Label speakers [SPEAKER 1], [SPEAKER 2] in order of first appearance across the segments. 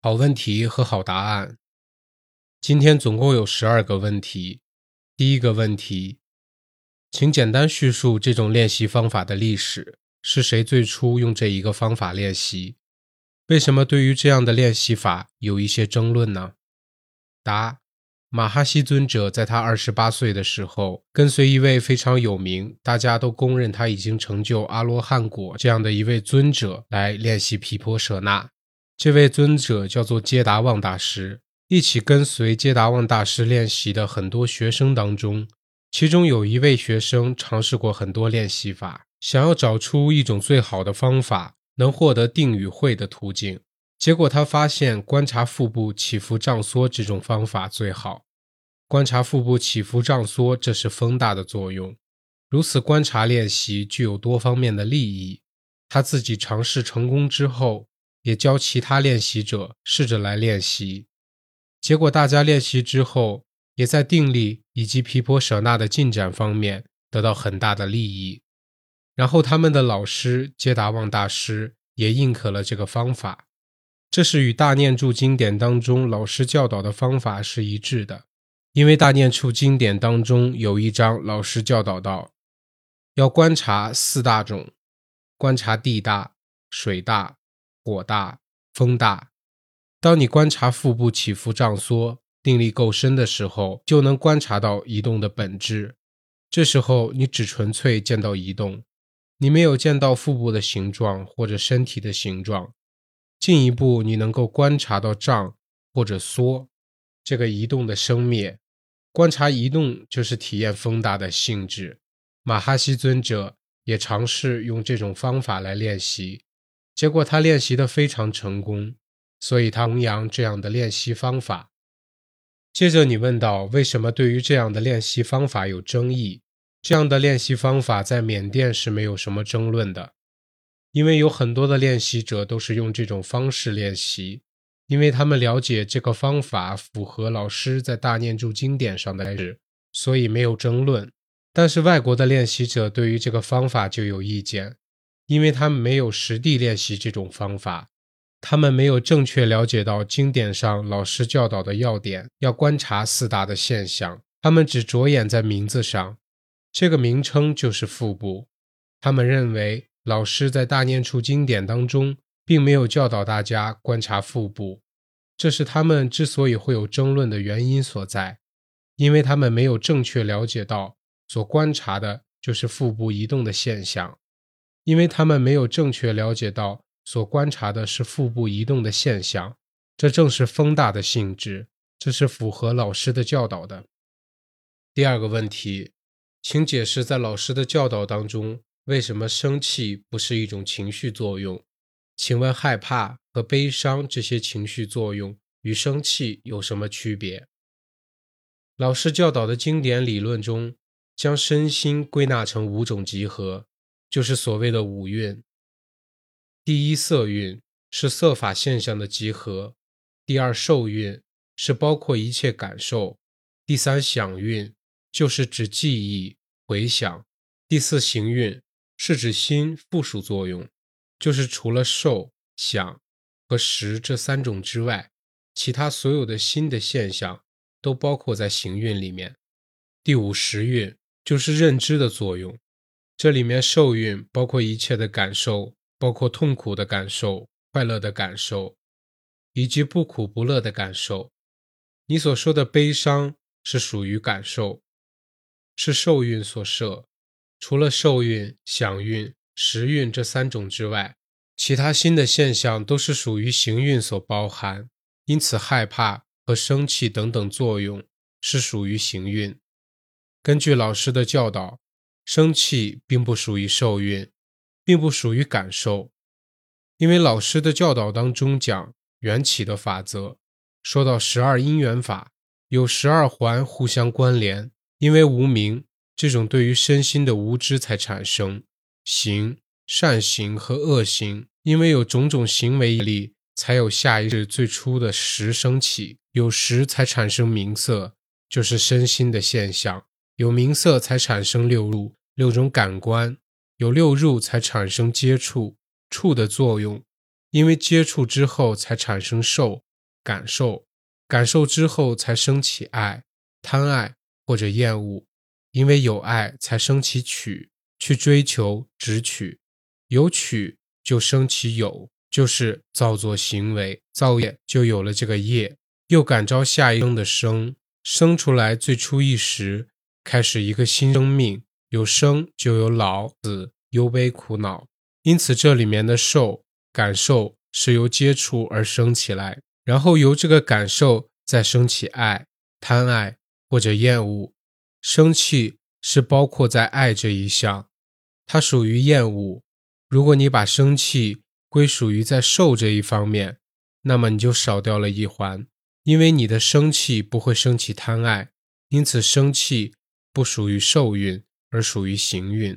[SPEAKER 1] 好问题和好答案。今天总共有12个问题。第一个问题，请简单叙述这种练习方法的历史，是谁最初用这一个方法练习？为什么对于这样的练习法有一些争论呢？答：马哈希尊者在他28岁的时候，跟随一位非常有名，大家都公认他已经成就阿罗汉果这样的一位尊者来练习毗婆舍那。这位尊者叫做揭达旺大师。一起跟随揭达旺大师练习的很多学生当中，其中有一位学生尝试过很多练习法，想要找出一种最好的方法，能获得定与慧的途径。结果他发现观察腹部起伏胀缩这种方法最好。观察腹部起伏胀缩，这是风大的作用。如此观察练习具有多方面的利益。他自己尝试成功之后，也教其他练习者试着来练习。结果大家练习之后，也在定力以及毗婆舍那的进展方面得到很大的利益。然后他们的老师揭达旺大师也认可了这个方法。这是与大念处经典当中老师教导的方法是一致的。因为大念处经典当中有一章老师教导到，要观察四大种，观察地大、水大、火大、风大。当你观察腹部起伏胀缩，定力够深的时候，就能观察到移动的本质。这时候你只纯粹见到移动，你没有见到腹部的形状或者身体的形状。进一步你能够观察到胀或者缩这个移动的生灭。观察移动就是体验风大的性质。马哈希尊者也尝试用这种方法来练习，结果他练习得非常成功，所以他弘扬这样的练习方法。接着你问到，为什么对于这样的练习方法有争议？这样的练习方法在缅甸是没有什么争论的，因为有很多的练习者都是用这种方式练习，因为他们了解这个方法符合老师在大念处经典上的指示，所以没有争论。但是外国的练习者对于这个方法就有意见，因为他们没有实地练习这种方法，他们没有正确了解到经典上老师教导的要点，要观察四大的现象，他们只着眼在名字上，这个名称就是腹部。他们认为老师在大念处经典当中并没有教导大家观察腹部，这是他们之所以会有争论的原因所在，因为他们没有正确了解到所观察的就是腹部移动的现象，因为他们没有正确了解到所观察的是腹部移动的现象，这正是风大的性质，这是符合老师的教导的。第二个问题，请解释在老师的教导当中，为什么生气不是一种情绪作用？请问害怕和悲伤这些情绪作用与生气有什么区别？老师教导的经典理论中，将身心归纳成5种集合，就是所谓的五蕴。第一，色蕴是色法现象的集合。第二，受蕴是包括一切感受。第三，想蕴就是指记忆、回想。第四，行蕴是指心附属作用，就是除了受、想和识这3种之外，其他所有的心的现象都包括在行蕴里面。第五，识蕴就是认知的作用，这里面受蕴包括一切的感受，包括痛苦的感受、快乐的感受以及不苦不乐的感受。你所说的悲伤是属于感受，是受蕴所摄。除了受蕴、想蕴、识蕴这3种之外，其他心的现象都是属于行蕴所包含，因此害怕和生气等等作用是属于行蕴。根据老师的教导，生气并不属于受蕴，并不属于感受，因为老师的教导当中讲缘起的法则，说到12因缘法，有12环互相关联，因为无明这种对于身心的无知才产生行、善行和恶行，因为有种种行为力，才有下一世最初的识生起，有识才产生名色，就是身心的现象，有名色才产生六入，6种感官，有六入才产生接触，触的作用，因为接触之后才产生受， 感受，感受之后才升起爱、贪爱或者厌恶，因为有爱才升起取，去追求、执取，有取就升起有，就是造作行为，造业就有了这个业，又感召下一生的生，生出来最初一时，开始一个新生命，有生就有老、死、忧悲苦恼，因此这里面的受、感受是由接触而生起来，然后由这个感受再升起爱、贪爱或者厌恶。生气是包括在爱这一项，它属于厌恶。如果你把生气归属于在受这一方面，那么你就少掉了一环，因为你的生气不会升起贪爱，因此生气不属于受运，而属于行运。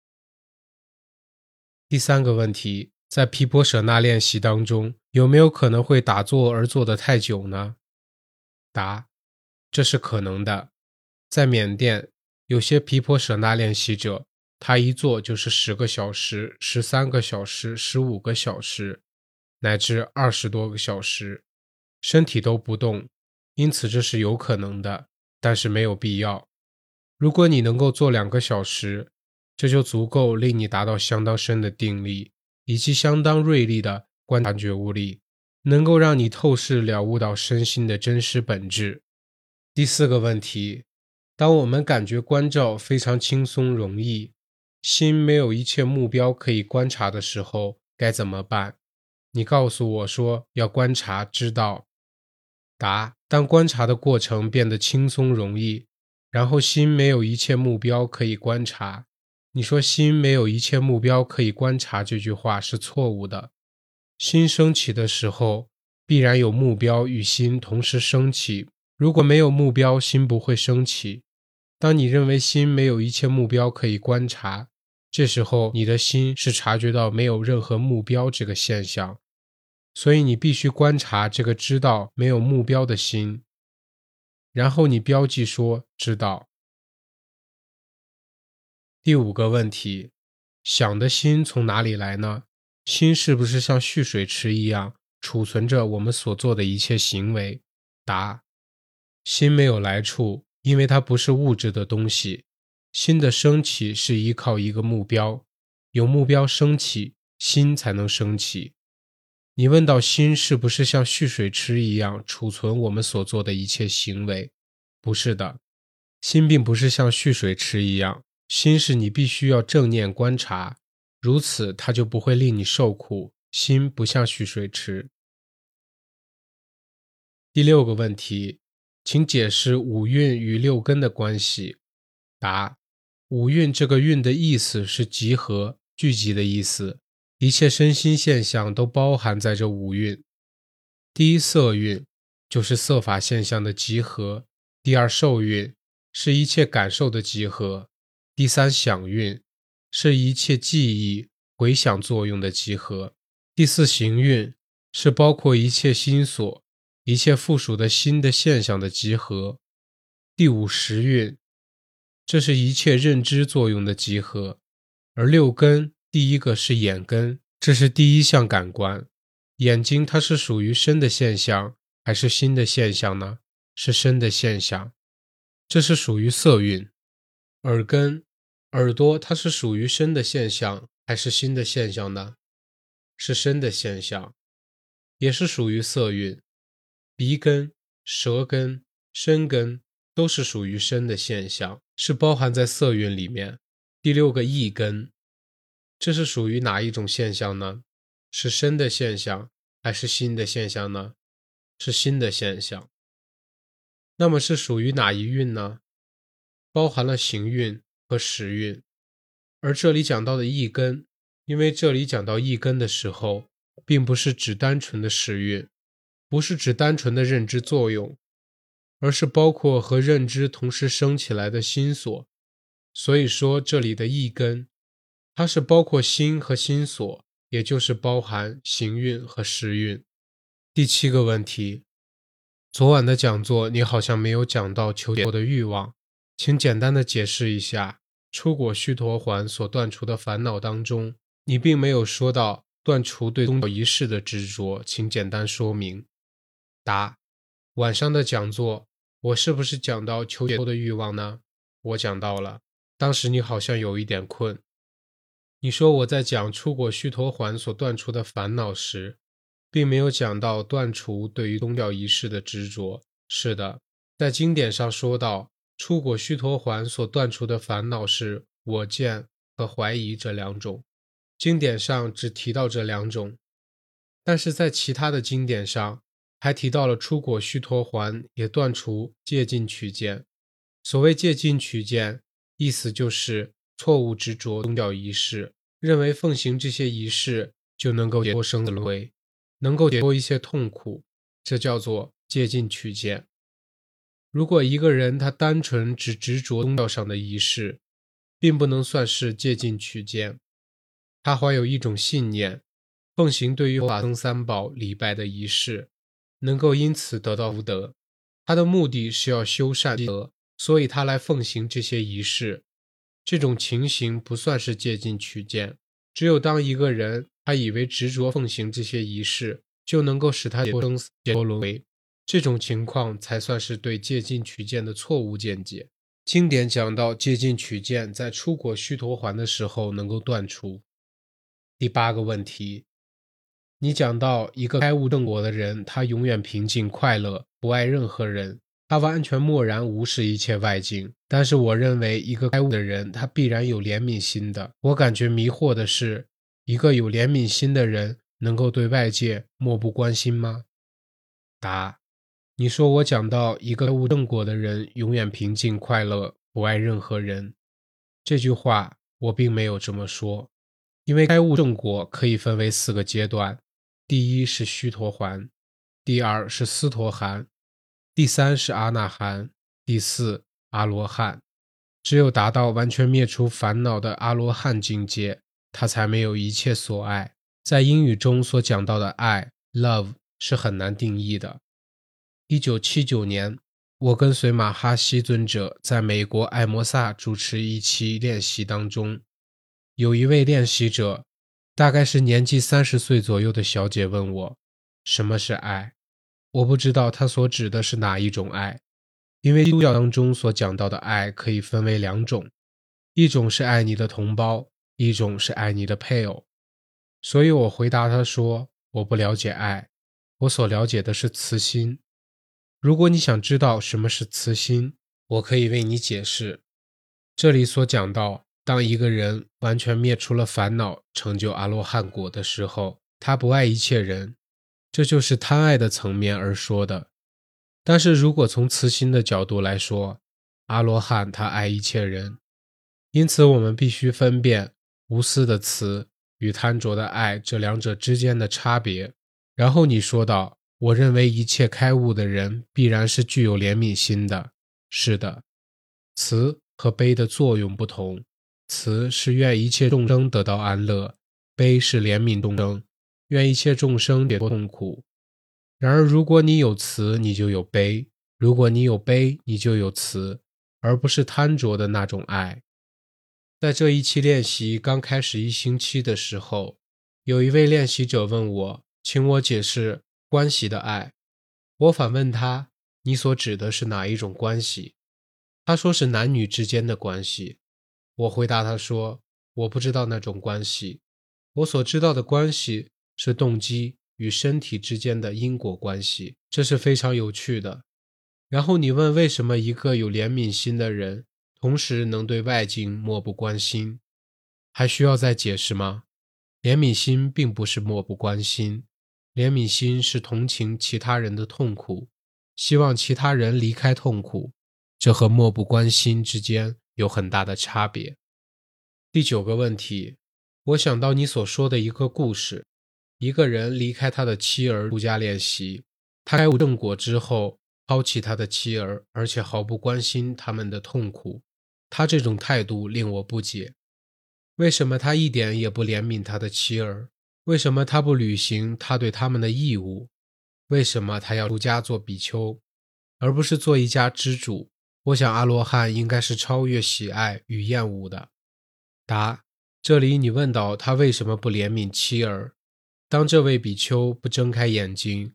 [SPEAKER 1] 第三个问题，在毗婆舍那练习当中，有没有可能会打坐而坐得太久呢？答：这是可能的。在缅甸，有些毗婆舍那练习者，他一坐就是10个小时、13个小时、15个小时，乃至20多个小时，身体都不动，因此这是有可能的，但是没有必要。如果你能够坐2个小时，这就足够令你达到相当深的定力，以及相当锐利的观察觉悟力，能够让你透视了悟到身心的真实本质。第4个问题，当我们感觉观照非常轻松容易，心没有一切目标可以观察的时候，该怎么办？你告诉我说要观察知道。答：当观察的过程变得轻松容易，然后心没有一切目标可以观察，你说心没有一切目标可以观察这句话是错误的。心升起的时候，必然有目标与心同时升起，如果没有目标，心不会升起。当你认为心没有一切目标可以观察，这时候你的心是察觉到没有任何目标这个现象，所以你必须观察这个知道没有目标的心，然后你标记说知道。第5个问题，想的心从哪里来呢？心是不是像蓄水池一样储存着我们所做的一切行为？答：心没有来处，因为它不是物质的东西。心的升起是依靠一个目标，有目标升起，心才能升起。你问到心是不是像蓄水池一样储存我们所做的一切行为？不是的，心并不是像蓄水池一样，心是你必须要正念观察，如此它就不会令你受苦，心不像蓄水池。第6个问题，请解释五蕴与6根的关系。答：五蕴这个蕴的意思是集合、聚集的意思，一切身心现象都包含在这五蕴。第一色蕴就是色法现象的集合，第二受蕴是一切感受的集合，第三想蕴是一切记忆、回想作用的集合，第四行蕴是包括一切心所、一切附属的心的现象的集合，第五识蕴这是一切认知作用的集合，而6根第一个是眼根，这是第一项感官。眼睛它是属于身的现象还是心的现象呢？是身的现象，这是属于色蕴。耳根，耳朵它是属于身的现象还是心的现象呢？是身的现象，也是属于色蕴。鼻根、舌根、身根都是属于身的现象，是包含在色蕴里面。第6个意根，这是属于哪一种现象呢？是身的现象还是心的现象呢？是心的现象。那么是属于哪一蕴呢？包含了行蕴和识蕴。而这里讲到的意根，因为这里讲到意根的时候，并不是指单纯的识蕴，不是指单纯的认知作用，而是包括和认知同时升起来的心所。所以说这里的意根，它是包括心和心所，也就是包含行蕴和识蕴。第7个问题，昨晚的讲座你好像没有讲到求解脱的欲望，请简单的解释一下，出果须陀洹所断除的烦恼当中，你并没有说到断除对宗教仪式的执着，请简单说明。 答：晚上的讲座，我是不是讲到求解脱的欲望呢？我讲到了，当时你好像有一点困。你说我在讲出果须陀洹所断除的烦恼时，并没有讲到断除对于宗教仪式的执着。是的，在经典上说到，出果须陀洹所断除的烦恼是我见和怀疑这两种，经典上只提到这两种，但是在其他的经典上还提到了出果须陀洹也断除戒禁取见。所谓戒禁取见，意思就是错误执着宗教仪式，认为奉行这些仪式就能够解脱生死轮回，能够解脱一些痛苦，这叫做戒禁取见。如果一个人他单纯只执着宗教上的仪式，并不能算是戒禁取见，他怀有一种信念，奉行对于法僧三宝礼拜的仪式，能够因此得到福德，他的目的是要修善积德，所以他来奉行这些仪式。这种情形不算是戒禁取见，只有当一个人他以为执着奉行这些仪式就能够使他解脱生死解脱轮回，这种情况才算是对戒禁取见的错误见解。经典讲到戒禁取见在出果须陀洹的时候能够断除。第8个问题，你讲到一个开悟正果的人，他永远平静快乐，不爱任何人，他完全漠然无视一切外境。但是我认为一个开悟的人，他必然有怜悯心的。我感觉迷惑的是，一个有怜悯心的人能够对外界漠不关心吗？答：你说我讲到一个开悟正果的人永远平静快乐，不爱任何人，这句话我并没有这么说。因为开悟正果可以分为4个阶段，第一是须陀洹，第二是斯陀含，第三是阿那含，第四阿罗汉。只有达到完全灭除烦恼的阿罗汉境界，他才没有一切所爱。在英语中所讲到的爱 love 是很难定义的。1979年，我跟随马哈希尊者在美国艾摩萨主持一期练习当中，有一位练习者，大概是年纪30岁左右的小姐问我，什么是爱？我不知道她所指的是哪一种爱，因为基督教当中所讲到的爱可以分为2种，一种是爱你的同胞，一种是爱你的配偶。所以我回答她说，我不了解爱，我所了解的是慈心。如果你想知道什么是慈心，我可以为你解释。这里所讲到，当一个人完全灭除了烦恼，成就阿罗汉果的时候，他不爱一切人，这就是贪爱的层面而说的。但是如果从慈心的角度来说，阿罗汉他爱一切人，因此我们必须分辨无私的慈与贪着的爱这两者之间的差别。然后你说道，我认为一切开悟的人必然是具有怜悯心的。是的，慈和悲的作用不同，慈是愿一切众生得到安乐，悲是怜悯众生，愿一切众生解脱痛苦。然而如果你有慈，你就有悲；如果你有悲，你就有慈，而不是贪着的那种爱。在这一期练习刚开始1星期的时候，有一位练习者问我，请我解释关系的爱。我反问他，你所指的是哪一种关系？他说是男女之间的关系。我回答他说，我不知道那种关系，我所知道的关系是动机与身体之间的因果关系，这是非常有趣的。然后你问为什么一个有怜悯心的人，同时能对外境漠不关心，还需要再解释吗？怜悯心并不是漠不关心，怜悯心是同情其他人的痛苦，希望其他人离开痛苦，这和漠不关心之间有很大的差别。第9个问题，我想到你所说的一个故事，一个人离开他的妻儿出家练习，他开悟正果之后抛弃他的妻儿，而且毫不关心他们的痛苦，他这种态度令我不解。为什么他一点也不怜悯他的妻儿？为什么他不履行他对他们的义务？为什么他要出家做比丘，而不是做一家之主？我想阿罗汉应该是超越喜爱与厌恶的。答：这里你问到他为什么不怜悯妻儿。当这位比丘不睁开眼睛，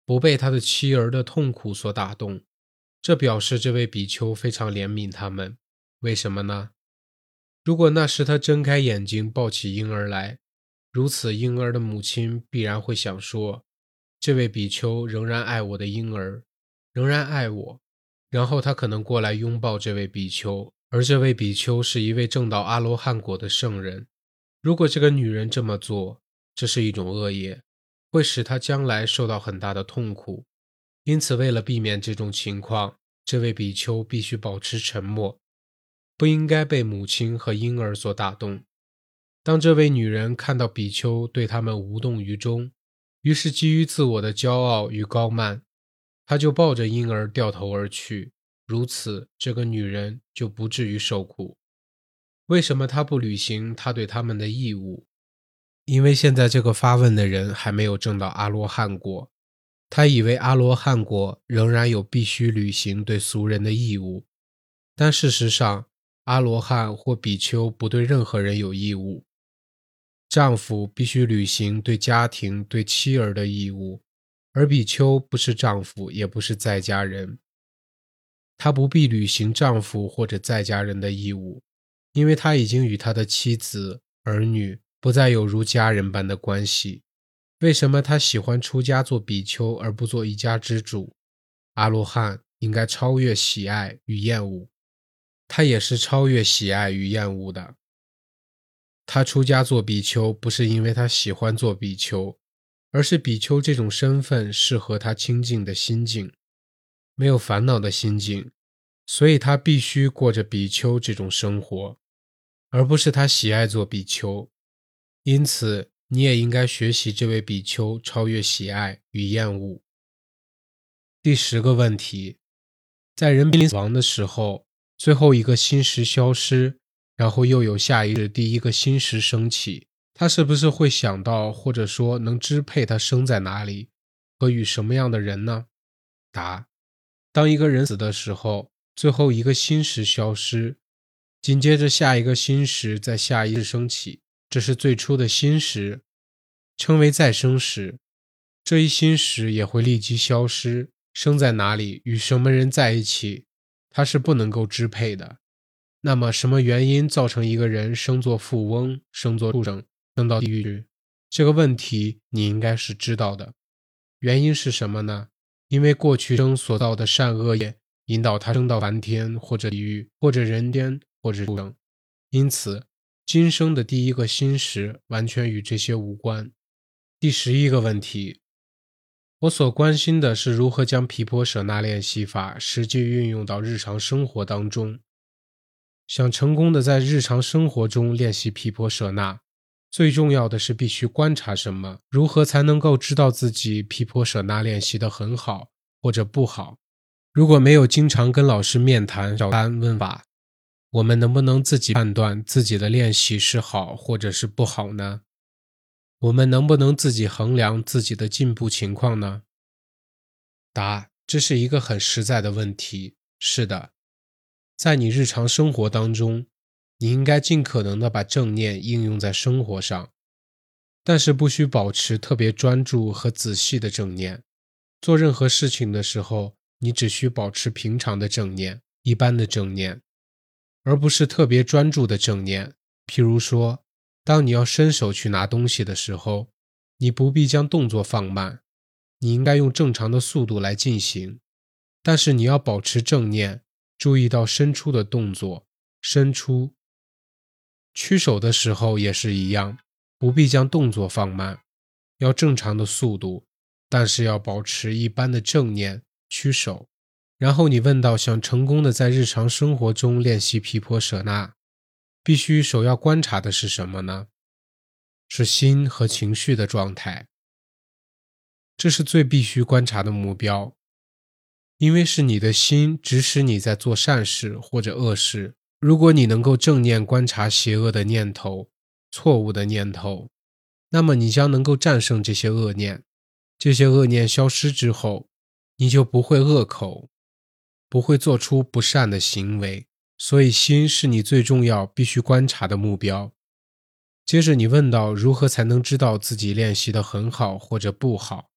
[SPEAKER 1] 不被他的妻儿的痛苦所打动，这表示这位比丘非常怜悯他们。为什么呢？如果那时他睁开眼睛抱起婴儿来，如此婴儿的母亲必然会想说，这位比丘仍然爱我的婴儿，仍然爱我，然后他可能过来拥抱这位比丘，而这位比丘是一位证到阿罗汉果的圣人。如果这个女人这么做，这是一种恶业，会使她将来受到很大的痛苦。因此为了避免这种情况，这位比丘必须保持沉默，不应该被母亲和婴儿所打动。当这位女人看到比丘对他们无动于衷，于是基于自我的骄傲与高慢，她就抱着婴儿掉头而去，如此这个女人就不至于受苦。为什么她不履行她对他们的义务？因为现在这个发问的人还没有证到阿罗汉果，他以为阿罗汉果仍然有必须履行对俗人的义务，但事实上，阿罗汉或比丘不对任何人有义务。丈夫必须履行对家庭、对妻儿的义务，而比丘不是丈夫，也不是在家人，她不必履行丈夫或者在家人的义务，因为她已经与她的妻子、儿女不再有如家人般的关系。为什么她喜欢出家做比丘而不做一家之主？阿罗汉应该超越喜爱与厌恶，他也是超越喜爱与厌恶的。他出家做比丘不是因为他喜欢做比丘，而是比丘这种身份适合他清净的心境，没有烦恼的心境，所以他必须过着比丘这种生活，而不是他喜爱做比丘。因此你也应该学习这位比丘超越喜爱与厌恶。第10个问题，在人濒临死亡的时候，最后一个心识消失，然后又有下一日第一个心识升起，他是不是会想到或者说能支配他生在哪里和与什么样的人呢？答：当一个人死的时候，最后一个心识消失，紧接着下一个心识在下一日升起，这是最初的心识，称为再生识。这一心识也会立即消失，生在哪里与什么人在一起，它是不能够支配的。那么什么原因造成一个人生作富翁，生作畜生，生到地狱去？这个问题你应该是知道的。原因是什么呢？因为过去生所造的善恶业引导他升到梵天或者地狱或者人间或者畜生，因此今生的第一个心识完全与这些无关。第11个问题，我所关心的是如何将毗婆舍那练习法实际运用到日常生活当中。想成功的在日常生活中练习毗婆舍那，最重要的是必须观察什么，如何才能够知道自己毗婆舍那练习得很好或者不好。如果没有经常跟老师面谈找答案问法，我们能不能自己判断自己的练习是好或者是不好呢？我们能不能自己衡量自己的进步情况呢？答：这是一个很实在的问题。是的，在你日常生活当中，你应该尽可能的把正念应用在生活上，但是不需保持特别专注和仔细的正念。做任何事情的时候，你只需保持平常的正念，一般的正念，而不是特别专注的正念。譬如说，当你要伸手去拿东西的时候，你不必将动作放慢，你应该用正常的速度来进行，但是你要保持正念，注意到伸出的动作，伸出。屈手的时候也是一样，不必将动作放慢，要正常的速度，但是要保持一般的正念，屈手。然后你问到想成功的在日常生活中练习毗婆舍那，必须首要观察的是什么呢？是心和情绪的状态。这是最必须观察的目标，因为是你的心指使你在做善事或者恶事。如果你能够正念观察邪恶的念头、错误的念头，那么你将能够战胜这些恶念。这些恶念消失之后，你就不会恶口，不会做出不善的行为。所以心是你最重要必须观察的目标。接着你问到如何才能知道自己练习得很好或者不好。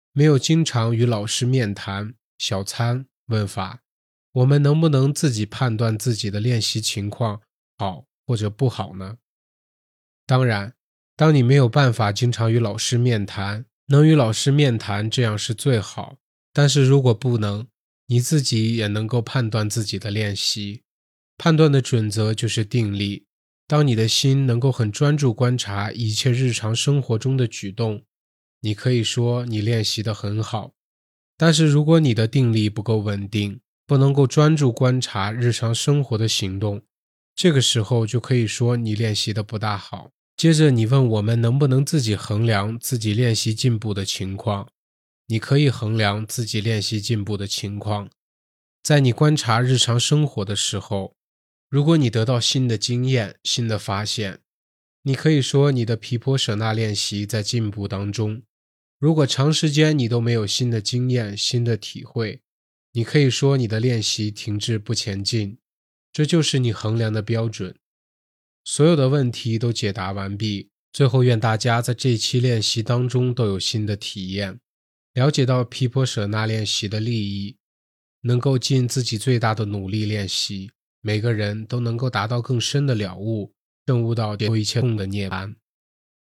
[SPEAKER 1] 没有经常与老师面谈、小参问法，我们能不能自己判断自己的练习情况好或者不好呢？当然，当你没有办法经常与老师面谈，能与老师面谈这样是最好，但是如果不能，你自己也能够判断自己的练习。判断的准则就是定力。当你的心能够很专注观察一切日常生活中的举动，你可以说你练习得很好。但是如果你的定力不够稳定，不能够专注观察日常生活的行动，这个时候就可以说你练习得不大好。接着你问我们能不能自己衡量自己练习进步的情况。你可以衡量自己练习进步的情况，在你观察日常生活的时候，如果你得到新的经验、新的发现，你可以说你的毗婆舍那练习在进步当中。如果长时间你都没有新的经验、新的体会，你可以说你的练习停滞不前进。这就是你衡量的标准。所有的问题都解答完毕，最后愿大家在这期练习当中都有新的体验，了解到毗婆舍那练习的利益，能够尽自己最大的努力练习，每个人都能够达到更深的了悟，证悟到一切空的涅槃。